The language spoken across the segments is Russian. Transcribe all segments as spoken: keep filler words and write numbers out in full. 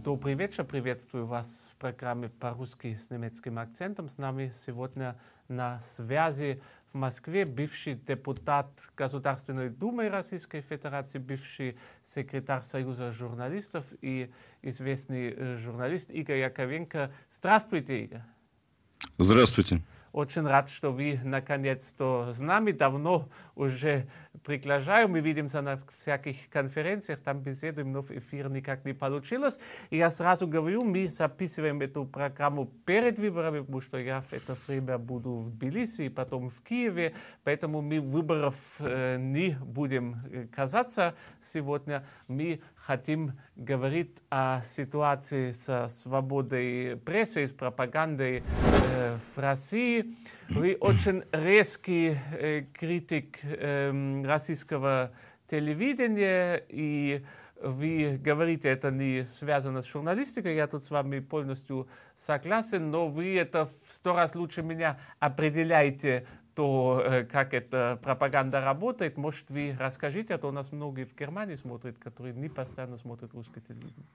Добрый вечер, приветствую вас в программе по-русски с немецким акцентом. С нами сегодня на связи в Москве бывший депутат Государственной Думы Российской Федерации, бывший секретарь Союза журналистов и известный журналист Игорь Яковенко. Здравствуйте, Игорь. Здравствуйте. Очень рад, что вы наконец-то с нами. Давно уже приглашаю. Мы видимся на всяких конференциях, там беседуем, но в эфир никак не получилось. И я сразу говорю, мы записываем эту программу перед выборами, потому что я в это время буду в Тбилиси и потом в Киеве. Поэтому мы выборов э, не будем касаться сегодня. Мы хотим говорить о ситуации со свободой прессы и с пропагандой э, в России. Вы очень резкий э, критик э, российского телевидения, и вы говорите, это не связано с журналистикой, я тут с вами полностью согласен, но вы это в сто раз лучше меня определяете, то, как эта пропаганда работает. Может, вы расскажите, а то у нас многие в Германии смотрят, которые не постоянно смотрят русское телевидение.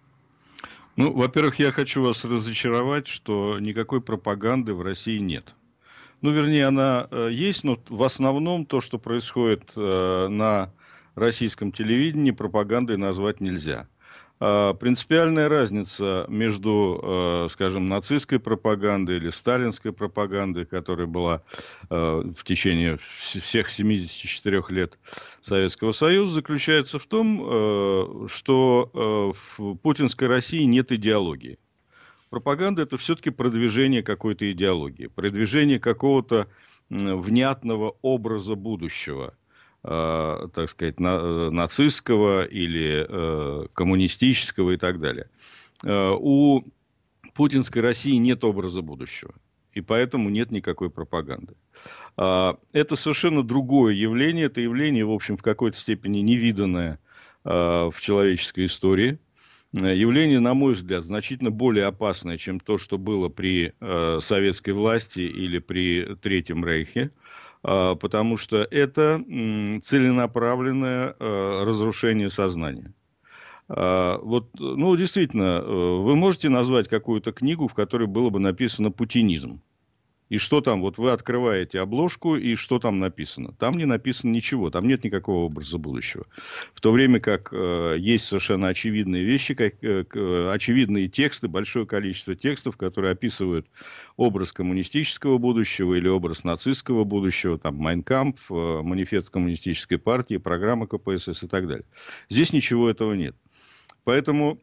Ну, во-первых, я хочу вас разочаровать, что никакой пропаганды в России нет. Ну, вернее, она э, есть, но в основном то, что происходит э, на российском телевидении, пропагандой назвать нельзя. Э, принципиальная разница между, э, скажем, нацистской пропагандой или сталинской пропагандой, которая была э, в течение всех семидесяти четырёх лет Советского Союза, заключается в том, э, что э, в путинской России нет идеологии. Пропаганда – это все-таки продвижение какой-то идеологии, продвижение какого-то внятного образа будущего, э, так сказать, на, нацистского или э, коммунистического и так далее. Э, у путинской России нет образа будущего, и поэтому нет никакой пропаганды. Э, это совершенно другое явление, это явление, в общем, в какой-то степени невиданное э, в человеческой истории. Явление, на мой взгляд, значительно более опасное, чем то, что было при э, советской власти или при Третьем Рейхе, э, потому что это э, целенаправленное э, разрушение сознания. Э, вот, ну, действительно, э, вы можете назвать какую-то книгу, в которой было бы написано «Путинизм». И что там, вот вы открываете обложку, и что там написано? Там не написано ничего, там нет никакого образа будущего. В то время как э, есть совершенно очевидные вещи, как, э, очевидные тексты, большое количество текстов, которые описывают образ коммунистического будущего или образ нацистского будущего, там «Майн кампф», э, манифест коммунистической партии, программа ка пэ эс эс и так далее. Здесь ничего этого нет. Поэтому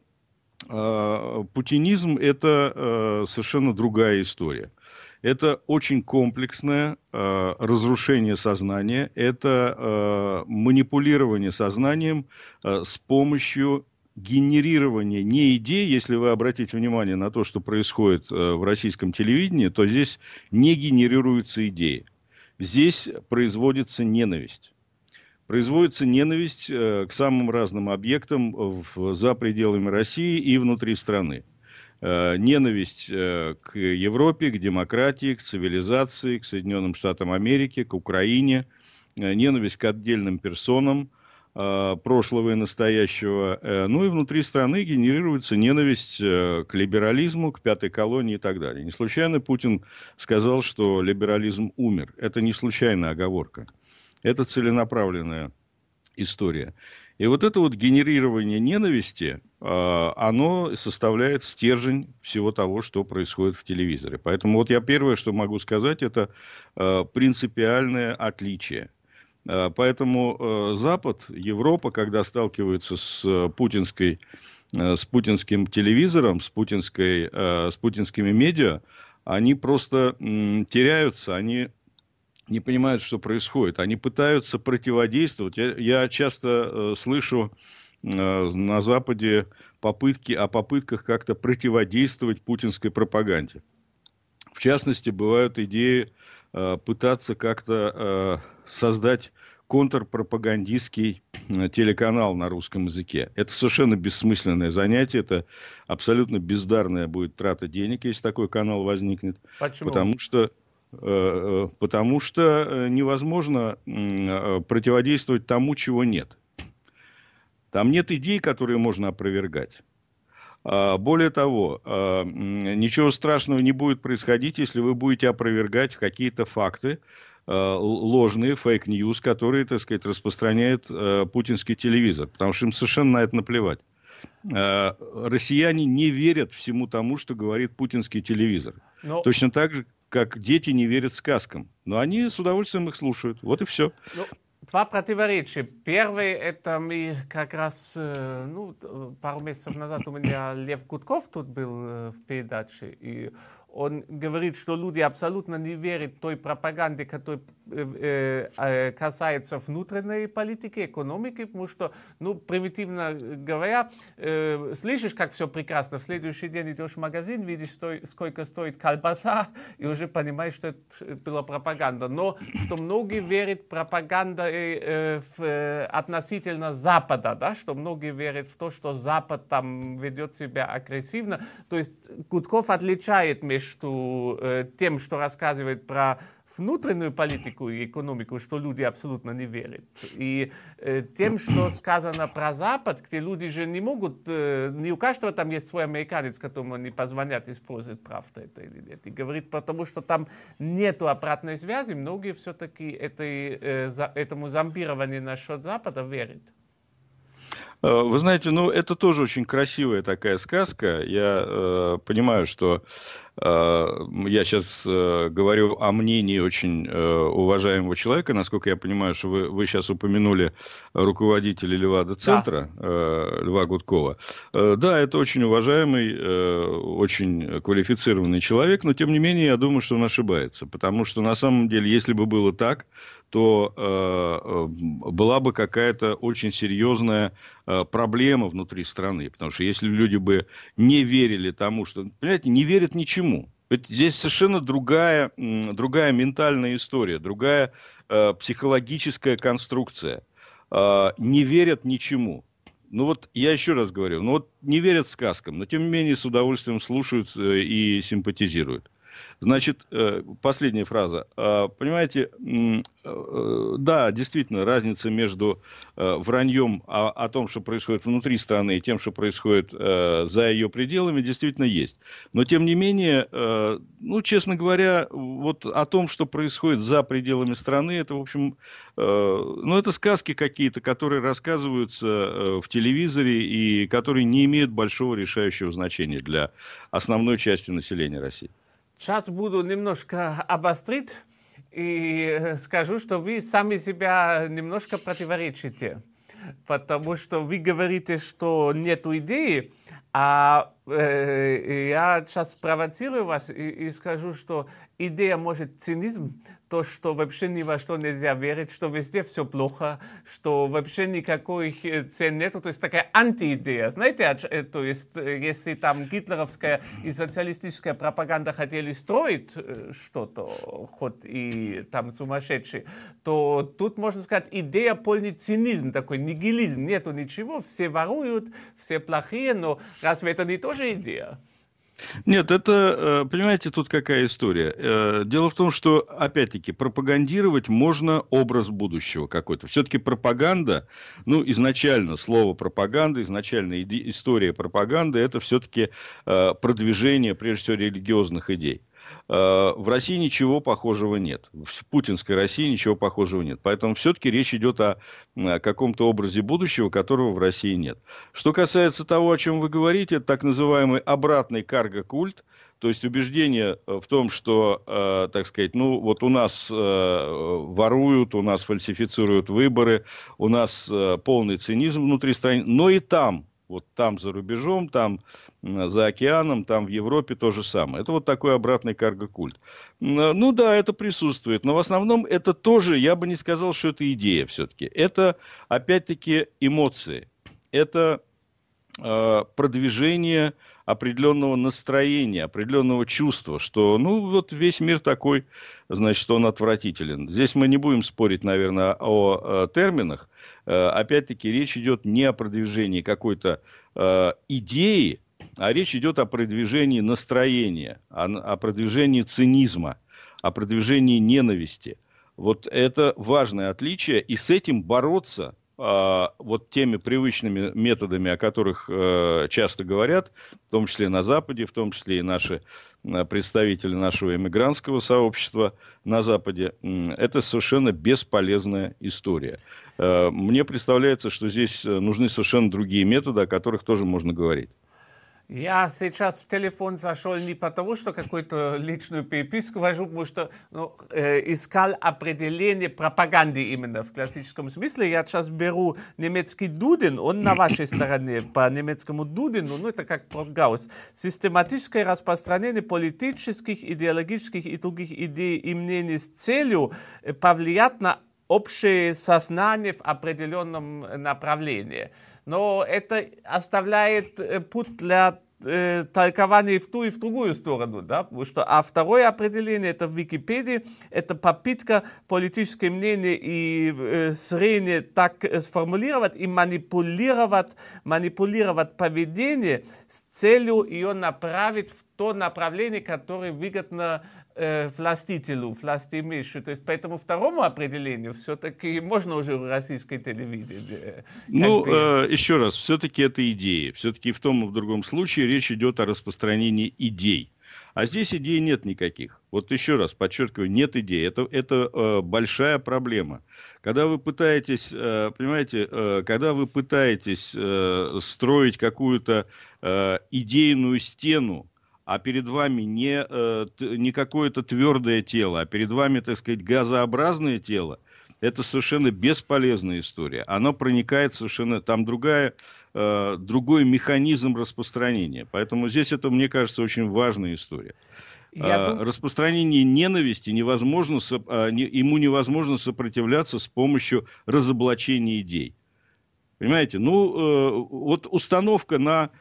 э, путинизм – это э, совершенно другая история. Это очень комплексное э, разрушение сознания, это э, манипулирование сознанием э, с помощью генерирования не идей. Если вы обратите внимание на то, что происходит э, в российском телевидении, то здесь не генерируются идеи. Здесь производится ненависть. Производится ненависть э, к самым разным объектам в, за пределами России и внутри страны. Ненависть к Европе, к демократии, к цивилизации, к Соединенным Штатам Америки, к Украине, ненависть к отдельным персонам прошлого и настоящего. Ну и внутри страны генерируется ненависть к либерализму, к пятой колонии и так далее. Не случайно Путин сказал, что либерализм умер. Это не случайная оговорка. Это целенаправленная история. И вот это вот генерирование ненависти, оно составляет стержень всего того, что происходит в телевизоре. Поэтому вот я первое, что могу сказать, это принципиальное отличие. Поэтому Запад, Европа, когда сталкиваются с путинской, с путинским телевизором, с, путинской, с путинскими медиа, они просто теряются, они не понимают, что происходит. Они пытаются противодействовать. Я, я часто э, слышу э, на Западе попытки о попытках как-то противодействовать путинской пропаганде. В частности, бывают идеи э, пытаться как-то э, создать контрпропагандистский телеканал на русском языке. Это совершенно бессмысленное занятие. Это абсолютно бездарная будет трата денег, если такой канал возникнет. Почему? Потому что Потому что невозможно противодействовать тому, чего нет. Там нет идей, которые можно опровергать. Более того, ничего страшного не будет происходить, если вы будете опровергать какие-то факты, ложные, фейк-ньюс, которые, так сказать, распространяет путинский телевизор, потому что им совершенно на это наплевать. Россияне не верят всему тому, что говорит путинский телевизор. Но... Точно так же, как дети не верят сказкам. Но они с удовольствием их слушают. Вот и все. Но... Два противоречия. Первый, это мы как раз, ну, пару месяцев назад у меня Лев Гудков тут был в передаче, и он говорит, что люди абсолютно не верят той пропаганде, которая э, э, касается внутренней политики, экономики, потому что, ну, примитивно говоря, э, слышишь, как все прекрасно, в следующий день идешь в магазин, видишь, стой, сколько стоит колбаса, и уже понимаешь, что это была пропаганда. Но что многие верят в пропаганду э, э, относительно Запада, да, что многие верят в то, что Запад там ведет себя агрессивно. То есть Гудков отличает между между э, тем, что рассказывает про внутреннюю политику и экономику, что люди абсолютно не верят, и э, тем, что сказано про Запад, где люди же не могут, э, не у каждого там есть свой американец, которому они позвонят и спросят, правда это или нет. И говорит, потому что там нету обратной связи, многие все-таки этой, э, за, этому зомбированию насчет Запада верят. Вы знаете, ну, это тоже очень красивая такая сказка. Я э, понимаю, что э, я сейчас э, говорю о мнении очень э, уважаемого человека. Насколько я понимаю, что вы, вы сейчас упомянули руководителя Левада-центра, да. э, Льва Гудкова. Э, да, это очень уважаемый, э, очень квалифицированный человек, но тем не менее я думаю, что он ошибается. Потому что на самом деле, если бы было так, то э, была бы какая-то очень серьезная э, проблема внутри страны. Потому что если люди бы не верили тому, что... Понимаете, не верят ничему. Ведь здесь совершенно другая, другая ментальная история, другая э, психологическая конструкция. Э, не верят ничему. Ну вот я еще раз говорю, ну вот не верят сказкам, но тем не менее с удовольствием слушают и симпатизируют. Значит, последняя фраза. Понимаете, да, действительно, разница между враньем о, о том, что происходит внутри страны, и тем, что происходит за ее пределами, действительно есть. Но, тем не менее, ну, честно говоря, вот о том, что происходит за пределами страны, это, в общем, ну, это сказки какие-то, которые рассказываются в телевизоре и которые не имеют большого решающего значения для основной части населения России. Сейчас буду немножко обострить и скажу, что вы сами себя немножко противоречите. Потому что вы говорите, что нет идеи, а э, я сейчас спровоцирую вас и, и скажу, что идея может цинизм, то, что вообще ни во что нельзя верить, что везде все плохо, что вообще никакой цен нету, то есть такая антиидея. Знаете, то есть если там гитлеровская и социалистическая пропаганда хотели строить что-то, хоть и там сумасшедшие, то тут можно сказать идея полный цинизм, такой нигилизм, нету ничего, все воруют, все плохие, но разве это не тоже идея? Нет, это, понимаете, тут какая история. Дело в том, что, опять-таки, пропагандировать можно образ будущего какой-то. Все-таки пропаганда, ну, изначально слово пропаганда, изначально история пропаганды, это все-таки продвижение, прежде всего, религиозных идей. В России ничего похожего нет. В путинской России ничего похожего нет. Поэтому все-таки речь идет о каком-то образе будущего, которого в России нет. Что касается того, о чем вы говорите, это так называемый обратный карго-культ. То есть убеждение в том, что, э, так сказать, ну вот у нас э, воруют, у нас фальсифицируют выборы, у нас э, полный цинизм внутри страны, но и там. Вот там за рубежом, там за океаном, там в Европе то же самое. Это вот такой обратный карго-культ. Ну да, это присутствует. Но в основном это тоже, я бы не сказал, что это идея все-таки. Это опять-таки эмоции. Это э, продвижение определенного настроения, определенного чувства, что ну вот весь мир такой, значит, он отвратителен. Здесь мы не будем спорить, наверное, о, о терминах. Опять-таки, речь идет не о продвижении какой-то э, идеи, а речь идет о продвижении настроения, о, о продвижении цинизма, о продвижении ненависти. Вот это важное отличие, и с этим бороться вот теми привычными методами, о которых часто говорят, в том числе на Западе, в том числе и наши представители нашего эмигрантского сообщества на Западе, это совершенно бесполезная история. Мне представляется, что здесь нужны совершенно другие методы, о которых тоже можно говорить. Я сейчас в телефон зашел не потому, что какую-то личную переписку вожу, потому что ну, э, искал определение пропаганды именно в классическом смысле. Я сейчас беру немецкий Дуден, он на вашей стороне по немецкому Дудену, ну это как Прогаус. Систематическое распространение политических, идеологических и других идей и мнений с целью повлиять на общее сознание в определенном направлении. Но это оставляет путь для э, толкования в ту и в другую сторону. Да? Потому что, а второе определение, это в Википедии, это попытка политическое мнение и э, зрение так сформулировать и манипулировать, манипулировать поведение с целью ее направить в то направление, которое выгодно э, властителю, властимущему. То есть по этому второму определению все-таки можно уже в российской телевидении. Ну, э, еще раз, все-таки это идеи. Все-таки в том и в другом случае речь идет о распространении идей. А здесь идей нет никаких. Вот еще раз подчеркиваю, нет идей. Это, это э, большая проблема. Когда вы пытаетесь, э, понимаете, э, когда вы пытаетесь э, строить какую-то э, идейную стену, а перед вами не, э, не какое-то твердое тело, а перед вами, так сказать, газообразное тело, это совершенно бесполезная история. Оно проникает совершенно... Там другая, э, другой механизм распространения. Поэтому здесь это, мне кажется, очень важная история. Я... Э, распространение ненависти невозможно, э, не, ему невозможно сопротивляться с помощью разоблачения идей. Понимаете? Ну, э, вот установка на...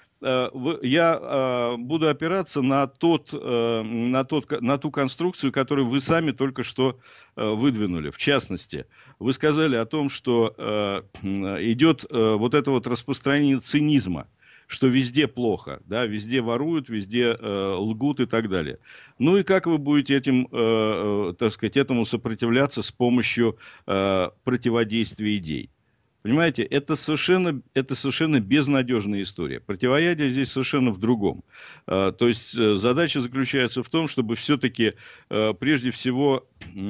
Я буду опираться на, тот, на, тот, на ту конструкцию, которую вы сами только что выдвинули. В частности, вы сказали о том, что идет вот это вот распространение цинизма, что везде плохо, да, везде воруют, везде лгут и так далее. Ну и как вы будете этим, так сказать, этому сопротивляться с помощью противодействия идей? Понимаете, это совершенно, это совершенно безнадежная история. Противоядие здесь совершенно в другом. То есть задача заключается в том, чтобы все-таки прежде всего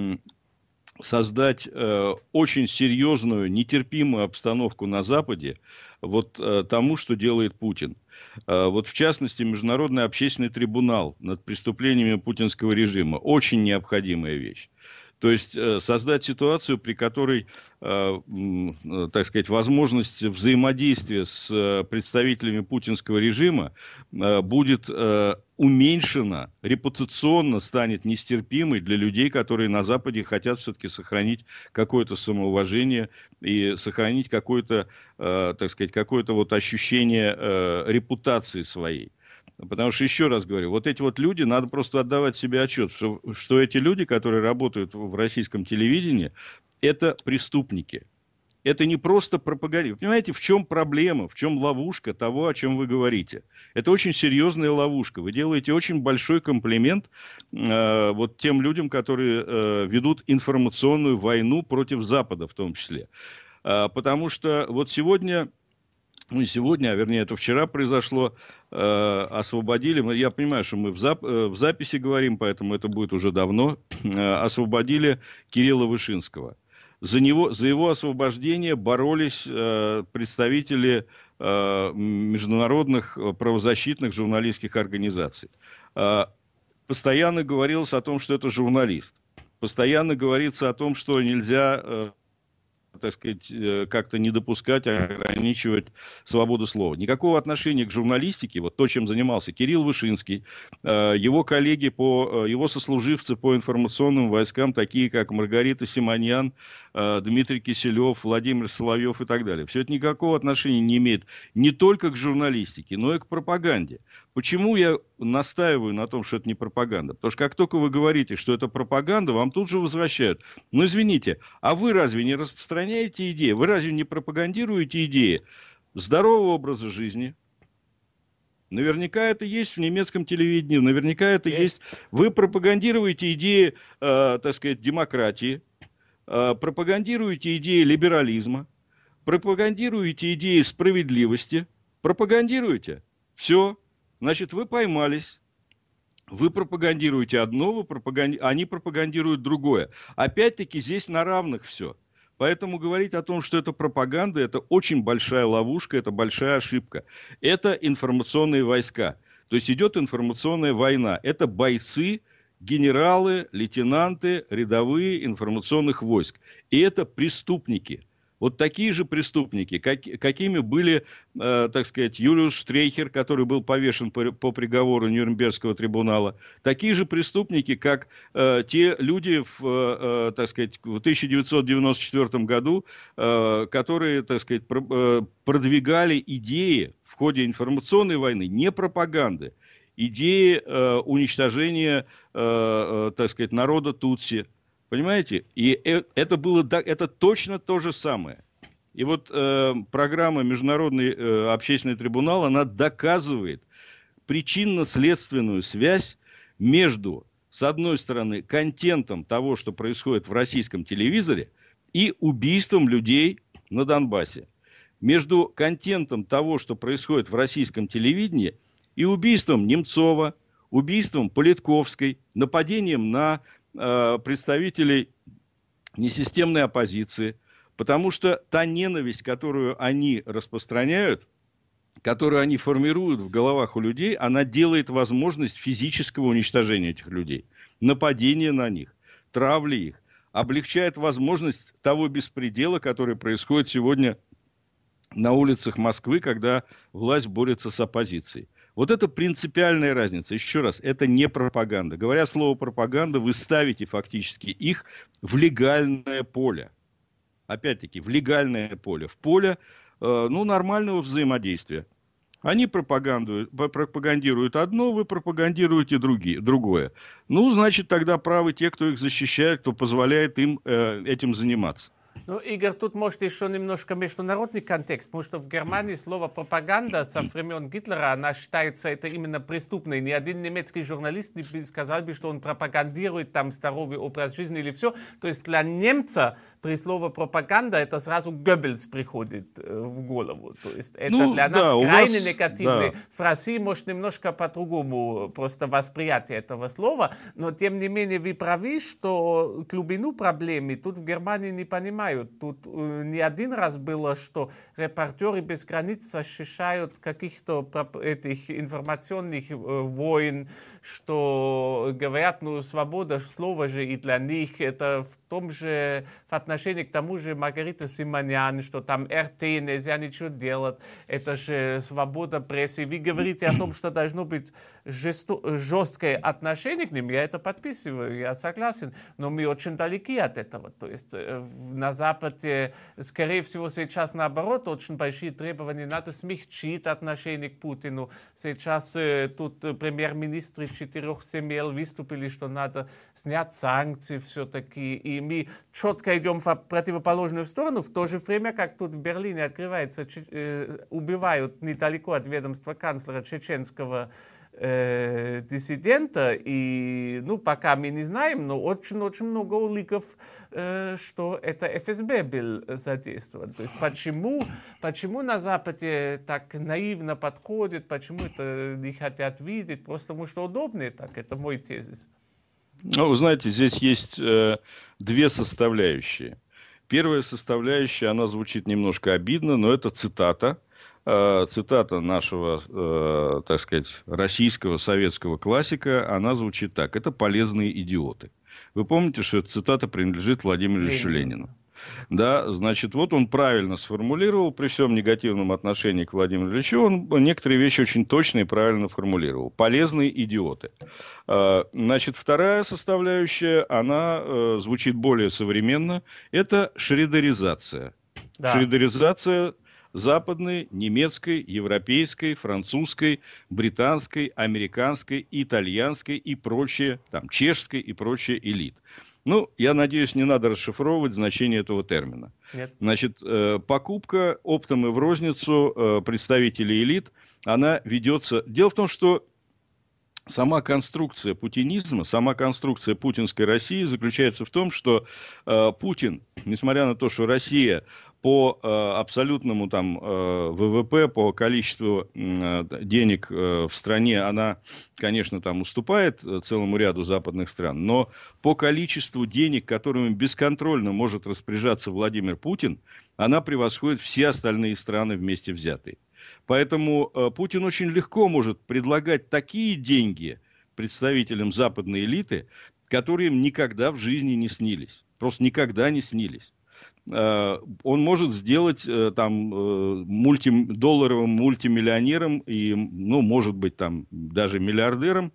создать очень серьезную, нетерпимую обстановку на Западе вот тому, что делает Путин. Вот в частности, Международный общественный трибунал над преступлениями путинского режима. Очень необходимая вещь. То есть создать ситуацию, при которой, э, так сказать, возможность взаимодействия с представителями путинского режима э, будет э, уменьшена, репутационно станет нестерпимой для людей, которые на Западе хотят все-таки сохранить какое-то самоуважение и сохранить какое-то, э, так сказать, какое-то вот ощущение э, репутации своей. Потому что, еще раз говорю, вот эти вот люди, надо просто отдавать себе отчет, что, что эти люди, которые работают в российском телевидении, это преступники. Это не просто пропаганда. Вы понимаете, в чем проблема, в чем ловушка того, о чем вы говорите? Это очень серьезная ловушка. Вы делаете очень большой комплимент э, вот тем людям, которые э, ведут информационную войну против Запада в том числе. Э, потому что вот сегодня... Ну, не сегодня, а вернее, это вчера произошло, э, освободили, я понимаю, что мы в, зап в записи говорим, поэтому это будет уже давно, э, освободили Кирилла Вышинского. За, него, за его освобождение боролись э, представители э, международных правозащитных журналистских организаций. Э, постоянно говорилось о том, что это журналист. Постоянно говорится о том, что нельзя... Э, так сказать, как-то не допускать, ограничивать свободу слова. Никакого отношения к журналистике, вот то, чем занимался Кирилл Вышинский, его коллеги, по, его сослуживцы по информационным войскам, такие как Маргарита Симоньян, Дмитрий Киселев, Владимир Соловьев и так далее. Все это никакого отношения не имеет не только к журналистике, но и к пропаганде. Почему я настаиваю на том, что это не пропаганда? Потому что как только вы говорите, что это пропаганда, вам тут же возвращают. Ну, извините, а вы разве не распространяете идеи? Вы разве не пропагандируете идеи здорового образа жизни? Наверняка это есть в немецком телевидении, наверняка это есть. есть. Вы пропагандируете идеи, э, так сказать, демократии, э, пропагандируете идеи либерализма, пропагандируете идеи справедливости, пропагандируете, все, значит, вы поймались. Вы пропагандируете одно, вы пропаганди... они пропагандируют другое. Опять-таки здесь на равных все. Поэтому говорить о том, что это пропаганда, это очень большая ловушка, это большая ошибка. Это информационные войска. То есть идет информационная война. Это бойцы, генералы, лейтенанты, рядовые информационных войск. И это преступники. Вот такие же преступники, как, какими были, э, так сказать, Юлиус Штрейхер, который был повешен по, по приговору Нюрнбергского трибунала, такие же преступники, как э, те люди, в, э, так сказать, в тысяча девятьсот девяносто четвёртом году, э, которые, так сказать, про, э, продвигали идеи в ходе информационной войны, не пропаганды, идеи э, уничтожения, э, э, так сказать, народа Тутси. Понимаете? И это было, это точно то же самое. И вот э, программа Международный э, общественный трибунал, она доказывает причинно-следственную связь между, с одной стороны, контентом того, что происходит в российском телевизоре, и убийством людей на Донбассе. Между контентом того, что происходит в российском телевидении, и убийством Немцова, убийством Политковской, нападением на представителей несистемной оппозиции, потому что та ненависть, которую они распространяют, которую они формируют в головах у людей, она делает возможность физического уничтожения этих людей, нападения на них, травли их, облегчает возможность того беспредела, который происходит сегодня на улицах Москвы, когда власть борется с оппозицией. Вот это принципиальная разница. Еще раз, это не пропаганда. Говоря слово пропаганда, вы ставите фактически их в легальное поле. Опять-таки, в легальное поле. В поле э, ну, нормального взаимодействия. Они пропагандируют, пропагандируют одно, вы пропагандируете другие, другое. Ну, значит, тогда правы те, кто их защищает, кто позволяет им э, этим заниматься. Ну, Игорь, тут может еще немножко международный контекст, потому что в Германии слово пропаганда со времен Гитлера, она считается это именно преступной. Ни один немецкий журналист не сказал бы, что он пропагандирует там здоровый образ жизни или все. То есть для немца при слове пропаганда это сразу Геббельс приходит э, в голову. То есть это ну, для нас да, крайне вас, негативно. Да. В России может немножко по-другому просто восприятие этого слова, но тем не менее вы правы, что глубину проблемы тут в Германии не понимают. Тут э, не один раз было, что репортеры без границ защищают каких-то этих информационных э, войн, что говорят, ну, свобода слова же и для них, это в том же, в отношении к тому же Маргариты Симонян, что там эр тэ нельзя ничего делать, это же свобода прессы. Вы говорите о том, что должно быть жесто- жесткое отношение к ним, я это подписываю, я согласен, но мы очень далеки от этого. То есть э, на Западе, скорее всего, сейчас наоборот, очень большие требования, надо смягчить отношение к Путину. Сейчас э, тут премьер-министры четырех земель выступили, что надо снять санкции все-таки, и мы четко идем в противоположную сторону, в то же время, как тут в Берлине открывается, э, убивают недалеко от ведомства канцлера чеченского э, диссидента, и, ну, пока мы не знаем, но очень-очень много уликов, э, что это эф эс бэ был задействован. То есть почему, почему на Западе так наивно подходят, почему это не хотят видеть, просто потому что удобнее так, это мой тезис. Ну, вы знаете, здесь есть э, две составляющие. Первая составляющая, она звучит немножко обидно, но это цитата. Э, цитата нашего, э, так сказать, российского советского классика, она звучит так. Это полезные идиоты. Вы помните, что эта цитата принадлежит Владимиру Ильичу Ленину? Да, значит, вот он правильно сформулировал, при всем негативном отношении к Владимиру Ильичу, он некоторые вещи очень точно и правильно формулировал. Полезные идиоты. Значит, вторая составляющая, она звучит более современно, это шредеризация. Да. Шредеризация западной, немецкой, европейской, французской, британской, американской, итальянской и прочее, там, чешской и прочее элит. Ну, я надеюсь, не надо расшифровывать значение этого термина. Нет. Значит, э, покупка оптом и в розницу э, представителей элит, она ведется... Дело в том, что сама конструкция путинизма, сама конструкция путинской России заключается в том, что э, Путин, несмотря на то, что Россия по э, абсолютному там э, ВВП, по количеству э, денег э, в стране, она, конечно, там уступает целому ряду западных стран, но по количеству денег, которыми бесконтрольно может распоряжаться Владимир Путин, она превосходит все остальные страны вместе взятые. Поэтому э, Путин очень легко может предлагать такие деньги представителям западной элиты, которые им никогда в жизни не снились. Просто никогда не снились. Э, он может сделать э, там э, мульти, долларовым мультимиллионером и, ну, может быть, там даже миллиардером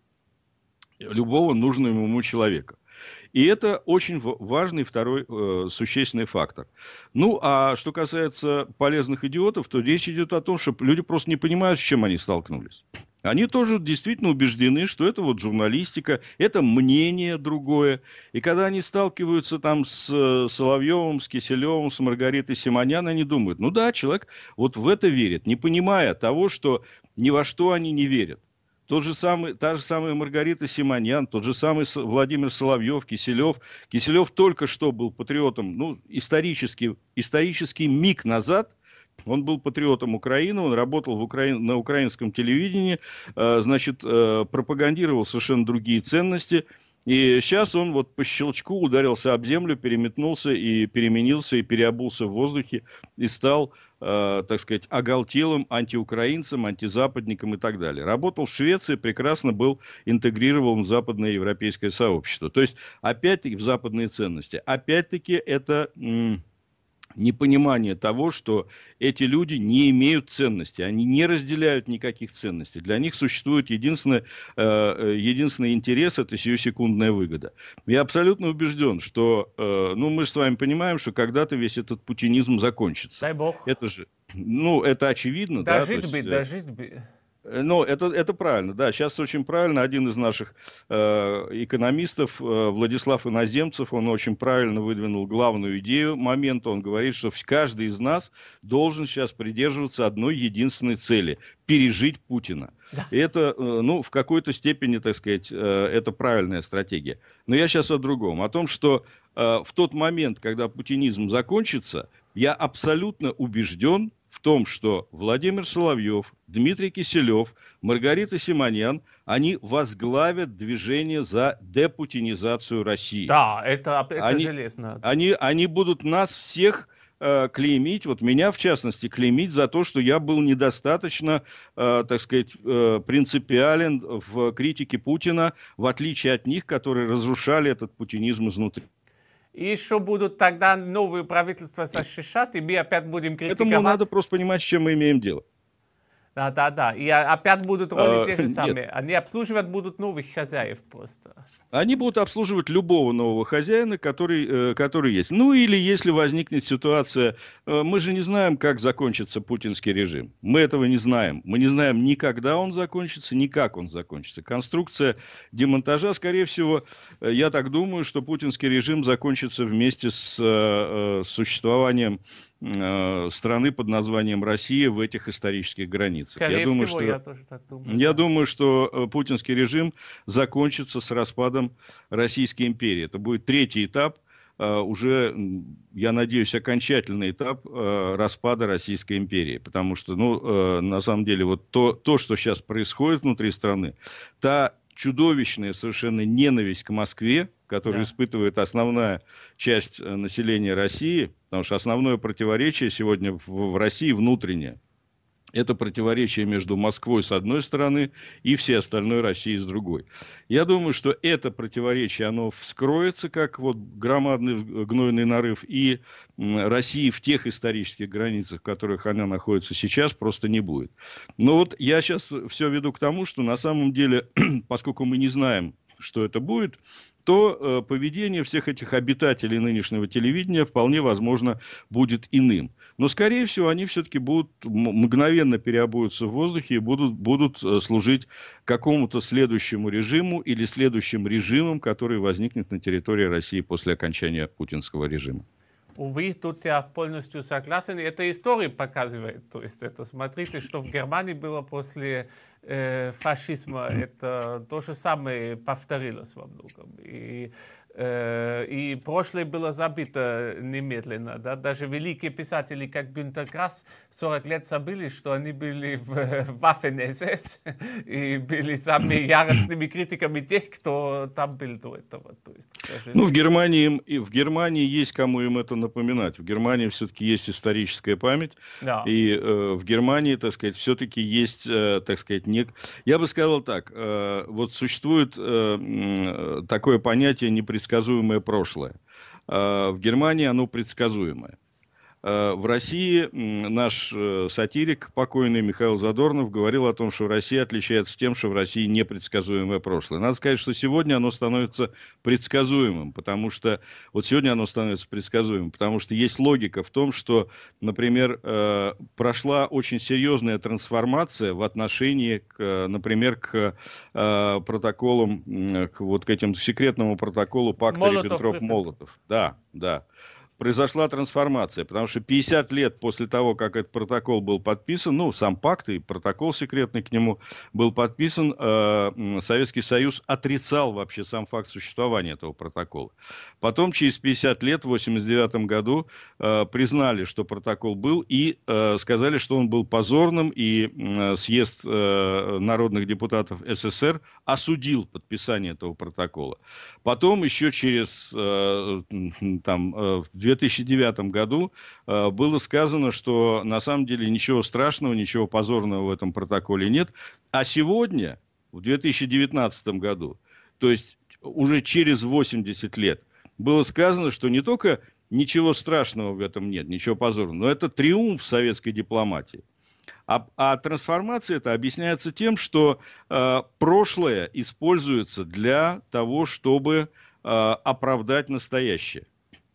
любого нужного ему человека. И это очень важный второй э, существенный фактор. Ну, а что касается полезных идиотов, то речь идет о том, что люди просто не понимают, с чем они столкнулись. Они тоже действительно убеждены, что это вот журналистика, это мнение другое. И когда они сталкиваются там с Соловьевым, с Киселевым, с Маргаритой Симонян, они думают, ну да, человек вот в это верит, не понимая того, что ни во что они не верят. Тот же самый, та же самая Маргарита Симонян, тот же самый Владимир Соловьев, Киселев. Киселев только что был патриотом, ну, исторический, исторический миг назад. Он был патриотом Украины, он работал в Укра... на украинском телевидении, э, значит, э, пропагандировал совершенно другие ценности. И сейчас он вот по щелчку ударился об землю, переметнулся и переменился, и переобулся в воздухе, и стал, э, так сказать, оголтелым антиукраинцем, антизападником и так далее. Работал в Швеции, прекрасно был интегрирован в западное европейское сообщество. То есть, опять-таки, в западные ценности. Опять-таки, это... М- непонимание того, что эти люди не имеют ценности, они не разделяют никаких ценностей. Для них существует единственный, э, единственный интерес, это сиюсекундная выгода. Я абсолютно убежден, что, э, ну, мы же с вами понимаем, что когда-то весь этот путинизм закончится. Дай бог. Это же, ну, это очевидно. Дожить да, бы, есть, дожить бы. Ну, это, это правильно, да. Сейчас очень правильно. Один из наших э, экономистов, э, Владислав Иноземцев, он очень правильно выдвинул главную идею момента. Он говорит, что каждый из нас должен сейчас придерживаться одной единственной цели – пережить Путина. Да. И это, э, ну, в какой-то степени, так сказать, э, это правильная стратегия. Но я сейчас о другом. О том, что э, в тот момент, когда путинизм закончится, я абсолютно убежден в том, что Владимир Соловьев, Дмитрий Киселев, Маргарита Симонян, они возглавят движение за депутинизацию России. Да, это, это они, железно. Они, они будут нас всех э, клеймить, вот меня в частности, клеймить за то, что я был недостаточно, э, так сказать, э, принципиален в критике Путина, в отличие от них, которые разрушали этот путинизм изнутри. И еще будут тогда новые правительства защищать, и мы опять будем критиковать. Поэтому надо просто понимать, с чем мы имеем дело. Да, да, да. И опять будут роли а, те же нет. самые. Они обслуживать будут новых хозяев просто. Они будут обслуживать любого нового хозяина, который, который есть. Ну или если возникнет ситуация, мы же не знаем, как закончится путинский режим. Мы этого не знаем. Мы не знаем ни когда он закончится, ни как он закончится. Конструкция демонтажа, скорее всего, я так думаю, что путинский режим закончится вместе с э, существованием страны под названием Россия в этих исторических границах. Скорее я думаю, всего, что, я тоже так думаю. Я да. думаю, что путинский режим закончится с распадом Российской империи. Это будет третий этап, уже, я надеюсь, окончательный этап распада Российской империи. Потому что, ну, на самом деле, вот то, то, что сейчас происходит внутри страны, та чудовищная совершенно ненависть к Москве, которую да. испытывает основная часть населения России, потому что основное противоречие сегодня в, в России внутреннее. Это противоречие между Москвой с одной стороны и всей остальной Россией с другой. Я думаю, что это противоречие, оно вскроется, как вот громадный гнойный нарыв, и России в тех исторических границах, в которых она находится сейчас, просто не будет. Но вот я сейчас все веду к тому, что на самом деле, поскольку мы не знаем, что это будет, то э, поведение всех этих обитателей нынешнего телевидения вполне возможно будет иным. Но, скорее всего, они все-таки будут мгновенно переобуются в воздухе и будут, будут служить какому-то следующему режиму или следующим режимам, который возникнет на территории России после окончания путинского режима. Увы, тут я полностью согласен. Это история показывает. То есть это смотрите, что в Германии было после э, фашизма. Это то же самое повторилось во многом. И И прошлое было забыто немедленно. Да? Даже великие писатели, как Гюнтер Грасс, сорок лет забыли, что они были в Waffen-эс эс и были самыми яростными критиками тех, кто там был до этого. То есть, к сожалению... Ну, в Германии, в Германии есть кому им это напоминать. В Германии все-таки есть историческая память. Да. И э, в Германии, так сказать, все-таки есть, э, так сказать, не... Я бы сказал так. Э, вот существует э, такое понятие непредсказуемое прошлое. Э, в Германии оно предсказуемое. В России наш сатирик, покойный Михаил Задорнов, говорил о том, что Россия отличается тем, что в России непредсказуемое прошлое. Надо сказать, что сегодня оно становится предсказуемым, потому что... Вот сегодня оно становится предсказуемым, потому что есть логика в том, что, например, прошла очень серьезная трансформация в отношении, к, например, к протоколам, к, вот к этим секретному протоколу пакта Риббентроп-Молотов. Да, да. Произошла трансформация, потому что пятьдесят лет после того, как этот протокол был подписан, ну, сам пакт и протокол секретный к нему был подписан, э, Советский Союз отрицал вообще сам факт существования этого протокола. Потом, через пятьдесят лет, в восемьдесят девятом году, э, признали, что протокол был, и э, сказали, что он был позорным, и э, съезд э, народных депутатов СССР осудил подписание этого протокола. Потом, еще через, э, там, э, в две тысячи девятом году э, было сказано, что на самом деле ничего страшного, ничего позорного в этом протоколе нет. А сегодня, в две тысячи девятнадцатом году, то есть уже через восемьдесят лет, было сказано, что не только ничего страшного в этом нет, ничего позорного, но это триумф советской дипломатии. А, а трансформация это объясняется тем, что э, прошлое используется для того, чтобы э, оправдать настоящее.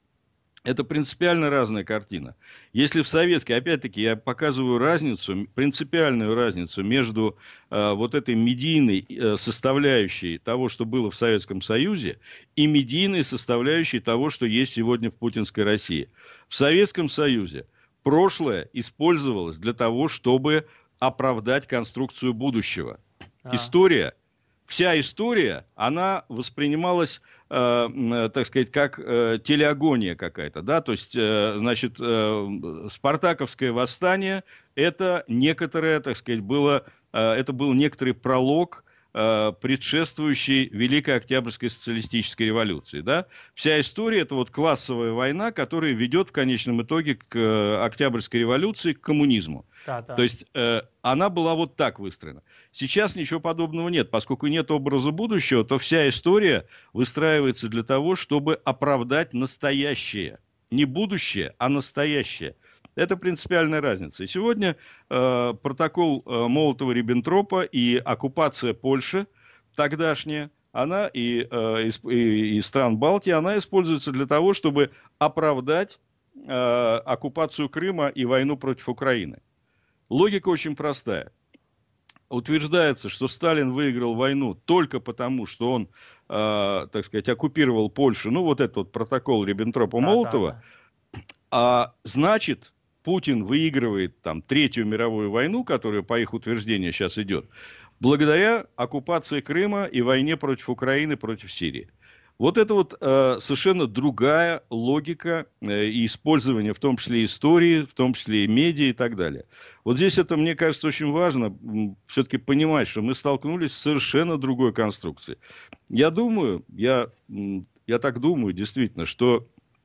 Это принципиально разная картина. Если в советской, опять-таки, я показываю разницу, принципиальную разницу между э, вот этой медийной э, составляющей того, что было в Советском Союзе, и медийной составляющей того, что есть сегодня в путинской России. В Советском Союзе прошлое использовалось для того, чтобы оправдать конструкцию будущего. А. История, вся история, она воспринималась... Э, так сказать, как э, телеагония какая-то, да, то есть, э, значит, э, Спартаковское восстание, это некоторое, так сказать, было, э, это был некоторый пролог, э, предшествующий Великой Октябрьской социалистической революции, да. Вся история — это вот классовая война, которая ведет в конечном итоге к э, Октябрьской революции, к коммунизму. Да, да. То есть, э, она была вот так выстроена. Сейчас ничего подобного нет. Поскольку нет образа будущего, то вся история выстраивается для того, чтобы оправдать настоящее. Не будущее, а настоящее. Это принципиальная разница. И сегодня э, протокол э, Молотова-Риббентропа и оккупация Польши тогдашняя, она и, э, и, и стран Балтии, она используется для того, чтобы оправдать э, оккупацию Крыма и войну против Украины. Логика очень простая. Утверждается, что Сталин выиграл войну только потому, что он, э, так сказать, оккупировал Польшу. Ну, вот этот вот протокол Риббентропа-Молотова. Да, да, да. А значит, Путин выигрывает там Третью мировую войну, которая, по их утверждению, сейчас идет, благодаря оккупации Крыма и войне против Украины, против Сирии. Вот это вот э, совершенно другая логика э, и использование, в том числе истории, в том числе и медиа и так далее. Вот здесь это, мне кажется, очень важно все-таки понимать, что мы столкнулись с совершенно другой конструкцией. Я думаю, я, я так думаю, действительно, что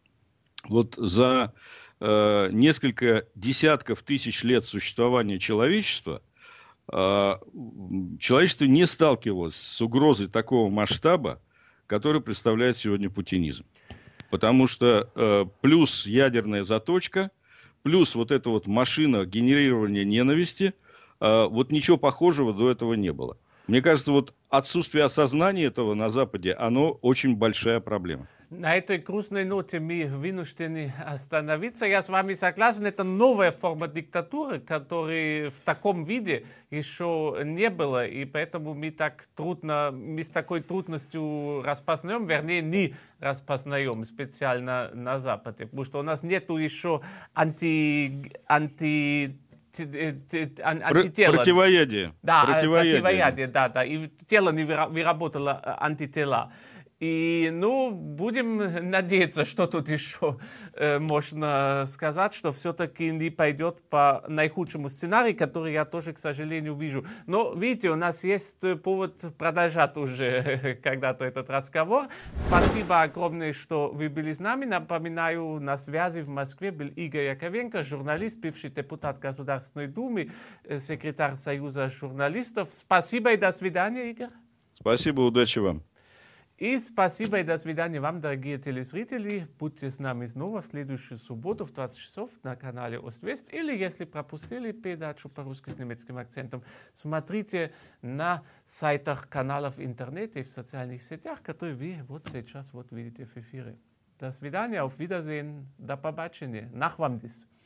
вот за э, несколько десятков тысяч лет существования человечества э, человечество не сталкивалось с угрозой такого масштаба, который представляет сегодня путинизм. Потому что э, плюс ядерная заточка, плюс вот эта вот машина генерирования ненависти, э, вот ничего похожего до этого не было. Мне кажется, вот отсутствие осознания этого на Западе, оно очень большая проблема. На этой грустной ноте мы вынуждены остановиться. Я с вами согласен, это новая форма диктатуры, которой в таком виде еще не было, и поэтому мы так трудно, мы с такой трудностью распознаем, вернее, не распознаем специально на Западе, потому что у нас нету еще анти... анти антитела. Противоядие. Да, противоядие. противоядие, да, да. И тело не выработало антитела. И, ну, будем надеяться, что тут еще э, можно сказать, что все-таки не пойдет по наихудшему сценарию, который я тоже, к сожалению, вижу. Но, видите, у нас есть повод продолжать уже когда-то этот разговор. Спасибо огромное, что вы были с нами. Напоминаю, на связи в Москве был Игорь Яковенко, журналист, бывший депутат Государственной Думы, секретарь Союза журналистов. Спасибо и до свидания, Игорь. Спасибо, удачи вам. И спасибо и до свидания вам, дорогие телезрители. Будьте с нами снова в следующую субботу в двадцать часов на канале Ост-Вест. Или, если пропустили передачу по-русски с немецким акцентом, смотрите на сайтах каналов в интернете и в социальных сетях, которые вы вот сейчас вот видите в эфире. До свидания, auf Wiedersehen, до побачення. Nach вам дис.